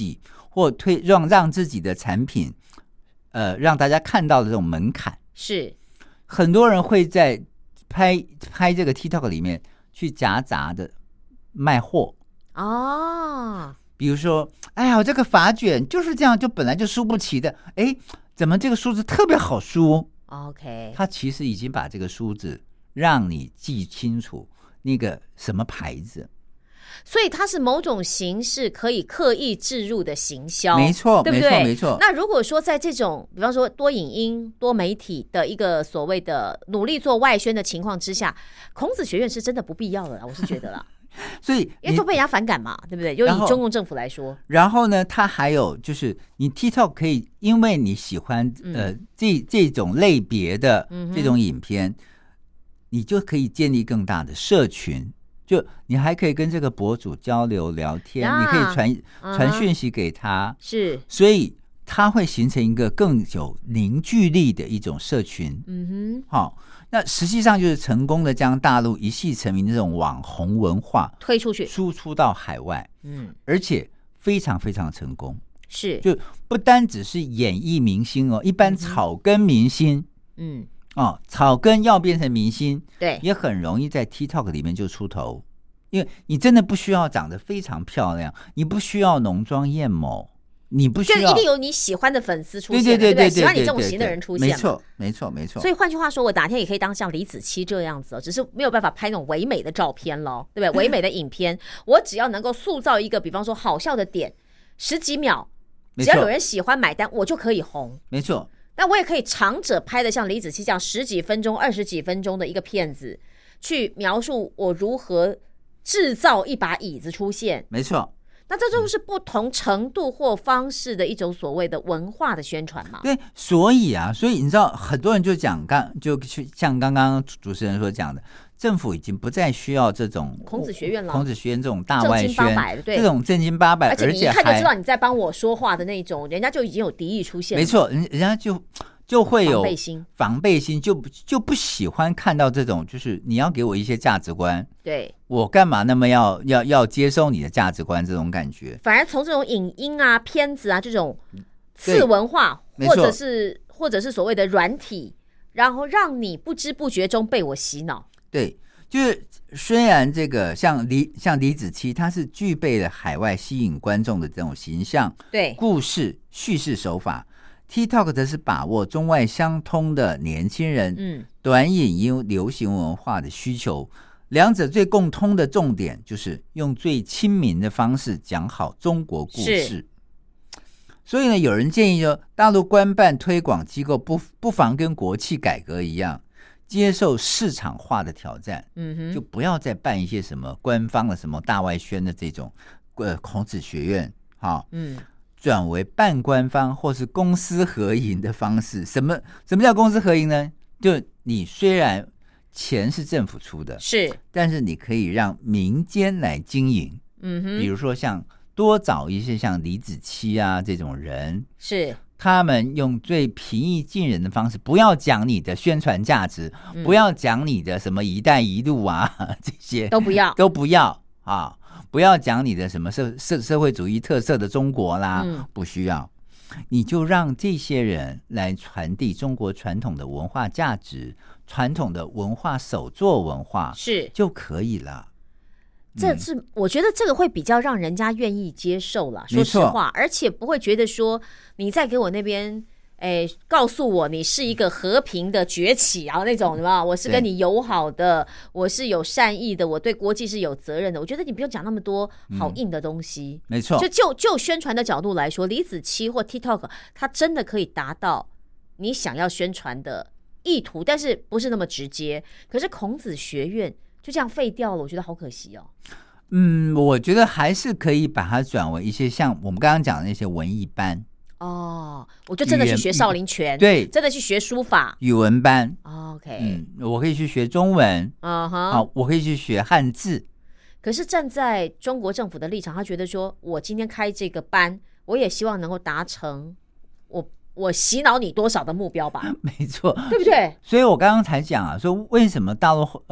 或让自己的产品让大家看到的这种门槛。 是很多人会在拍这个 TikTok 里面去夹杂的卖货哦， 比如说哎呀这个发卷就是这样，就本来就输不齐的，哎，怎么这个梳子特别好梳 OK， 他其实已经把这个梳子让你记清楚那个什么牌子， 所以它是某种形式可以刻意置入的行销， 没错， 对不对？ 没错。 那如果说在这种比方说多影音多媒体的一个所谓的努力做外宣的情况之下，孔子学院是真的不必要的啦，我是觉得啦。 所以因为都被人家反感嘛，对不对？就以中共政府来说， 然后呢，它还有就是你 TikTok 可以，因为你喜欢这种类别的这种影片，你就可以建立更大的社群。就你还可以跟这个博主交流聊天，你可以传讯息给他， 是， 所以它会形成一个更有凝聚力的一种社群。好。那实际上就是成功的将大陆一夕成名的这种网红文化推出去， 输出到海外，而且非常非常成功。 是， 就不单只是演艺明星哦，一般草根明星，草根要变成明星， 对， 也很容易在 TikTok 里面就出头，因为你真的不需要长得非常漂亮，你不需要浓妆艳抹。你不需要， 就一定有你喜欢的粉丝出现，对不对？喜欢你这种型的人出现， 没错。 所以换句话说，我哪天也可以当像李子柒这样子，只是没有办法拍那种唯美的照片咯，对不对？唯美的影片，我只要能够塑造一个，比方说好笑的点，10几秒，只要有人喜欢买单，我就可以红。 没错。 那我也可以长者拍的像李子柒这样10几分钟、20几分钟的一个片子，去描述我如何制造一把椅子出现。 没错。 那这就是不同程度或方式的一种所谓的文化的宣传嘛？ 对，所以你知道，很多人就讲像刚刚主持人所讲的，政府已经不再需要这种孔子学院了， 孔子学院这种大外宣， 这种正经八百， 而且你一看就知道你在帮我说话的那种，人家就已经有敌意出现了。 没错，人家就会有防备心， 就不喜欢看到这种，就是你要给我一些价值观， 对， 我干嘛那么要接收你的价值观这种感觉， 反而从这种影音啊、片子啊这种次文化，或者是所谓的软体，然后让你不知不觉中被我洗脑。 对，就是虽然这个像李子柒，他是具备了海外吸引观众的这种形象、 对故事叙事手法。TikTok 则是把握中外相通的年轻人短影音流行文化的需求，两者最共通的重点就是用最亲民的方式讲好中国故事。所以呢，有人建议说，大陆官办推广机构不妨跟国企改革一样，接受市场化的挑战，就不要再办一些什么官方的什么大外宣的这种孔子学院，转为半官方或是公私合营的方式。什么叫公私合营呢？就你虽然钱是政府出的， 是， 但是你可以让民间来经营。比如说像多找一些像李子柒啊这种人， 是他们用最平易近人的方式，不要讲你的宣传价值，不要讲你的什么一带一路啊，这些都不要啊。不要讲你的什么社会主义特色的中国啦，不需要，你就让这些人来传递中国传统的文化价值、传统的文化手作文化就可以了。 这是我觉得这个会比较让人家愿意接受了，说实话，而且不会觉得说你在给我那边告诉我你是一个和平的崛起啊那种，我是跟你友好的，我是有善意的，我对国际是有责任的。我觉得你不用讲那么多好硬的东西， 没错。 就宣传的角度来说，李子柒或 TikTok 它真的可以达到你想要宣传的意图，但是不是那么直接。可是孔子学院就这样废掉了，我觉得好可惜哦。 我觉得还是可以把它转为一些像我们刚刚讲的那些文艺班。 我就真的去学少林拳， 对， 真的去学书法、 语文班。 OK， 我可以去学中文，我可以去学汉字。 可是站在中国政府的立场，他觉得说，我今天开这个班，我也希望能够达成我洗脑你多少的目标吧。 没错， 对不对？ 所以我刚刚才讲说为什么大陆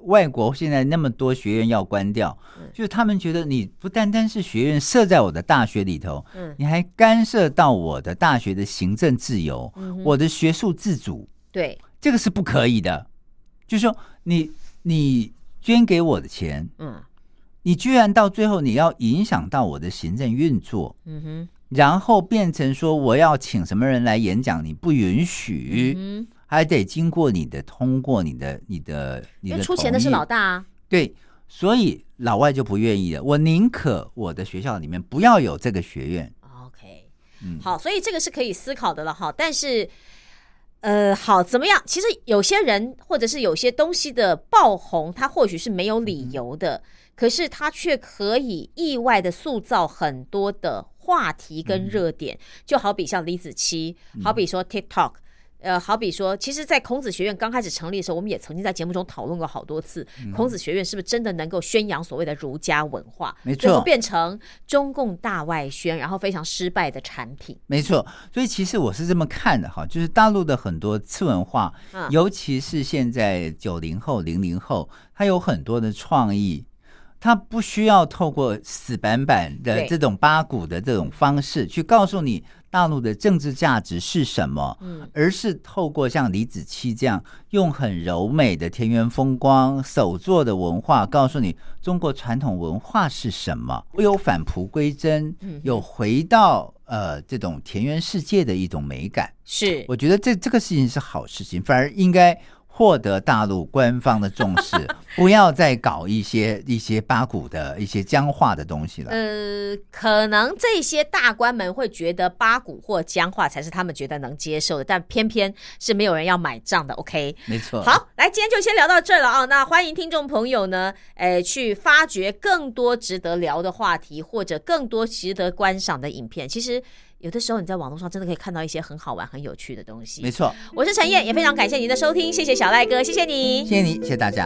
外国现在那么多学院要关掉，就是他们觉得你不单单是学院设在我的大学里头，你还干涉到我的大学的行政自由，我的学术自主， 对，这个是不可以的。就是说你捐给我的钱，你居然到最后你要影响到我的行政运作，然后变成说我要请什么人来演讲，你不允许，还得经过你的通过，你的因为出钱的是老大啊， 对，所以老外就不愿意了。我宁可我的学校里面不要有这个学院。 OK，好，所以这个是可以思考的了哈。但是，好，怎么样？其实有些人或者是有些东西的爆红，它或许是没有理由的，可是它却可以意外的塑造很多的话题跟热点，就好比像李子柒，好比说 TikTok。好比说，其实在孔子学院刚开始成立的时候，我们也曾经在节目中讨论过好多次，孔子学院是不是真的能够宣扬所谓的儒家文化， 没错， 最后变成中共大外宣，然后非常失败的产品。 没错，所以其实我是这么看的哈，就是大陆的很多次文化，尤其是现在90后、00后，它有很多的创意，它不需要透过死板板的这种八股的这种方式去告诉你大陆的政治价值是什么，而是透过像李子柒这样用很柔美的田园风光手作的文化告诉你中国传统文化是什么，有返璞归真，有回到这种田园世界的一种美感。 是， 我觉得这个事情是好事情，反而应该获得大陆官方的重视，不要再搞一些八股的一些僵化的东西了。 可能这些大官们会觉得八股或僵化才是他们觉得能接受的，但偏偏是没有人要买账的。OK， 没错。 好，来，今天就先聊到这儿了啊。那欢迎听众朋友呢，去发掘更多值得聊的话题，或者更多值得观赏的影片。其实有的时候你在网络上真的可以看到一些很好玩很有趣的东西。 没错， 我是陈燕，也非常感谢您的收听，谢谢小赖哥，谢谢你， 谢谢你，谢谢大家。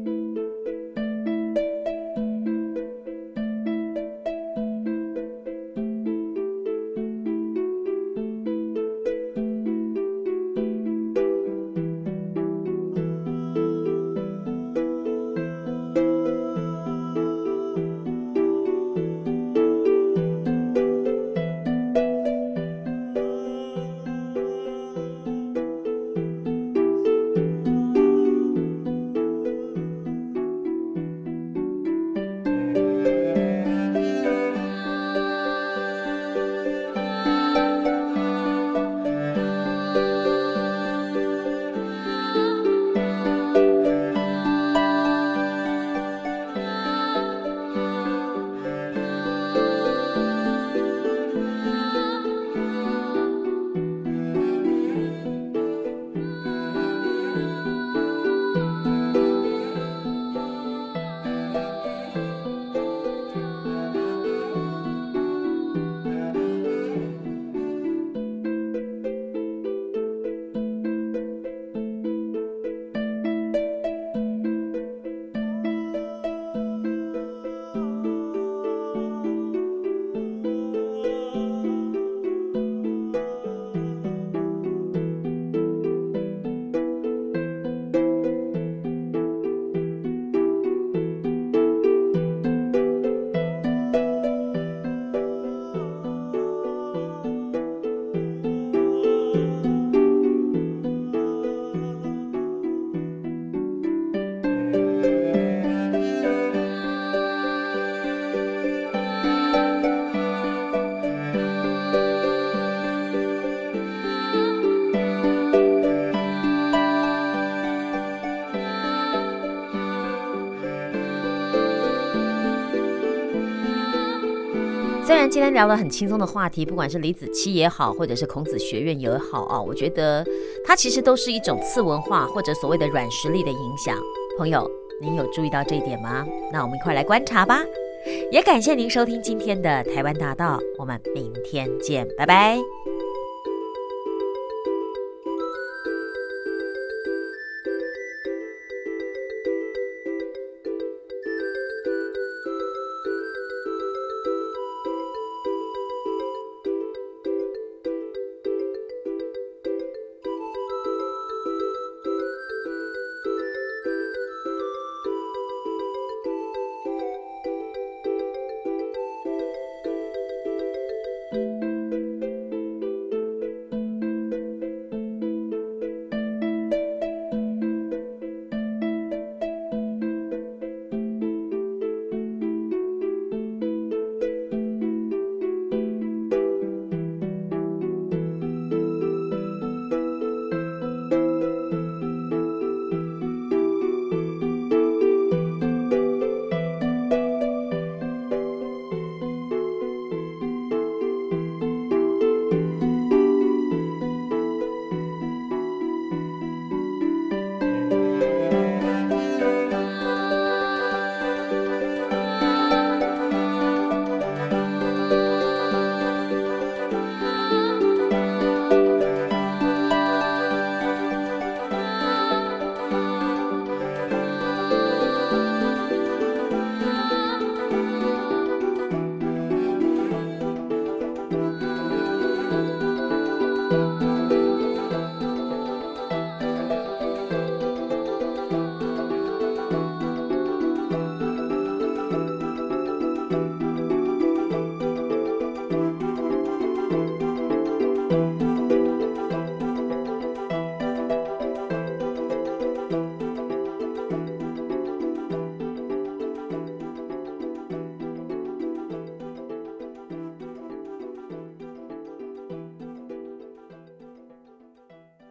虽然今天聊了很轻松的话题，不管是李子柒也好，或者是孔子学院也好啊，我觉得它其实都是一种次文化或者所谓的软实力的影响。朋友，您有注意到这一点吗？那我们一块来观察吧。也感谢您收听今天的台湾大道，我们明天见，拜拜。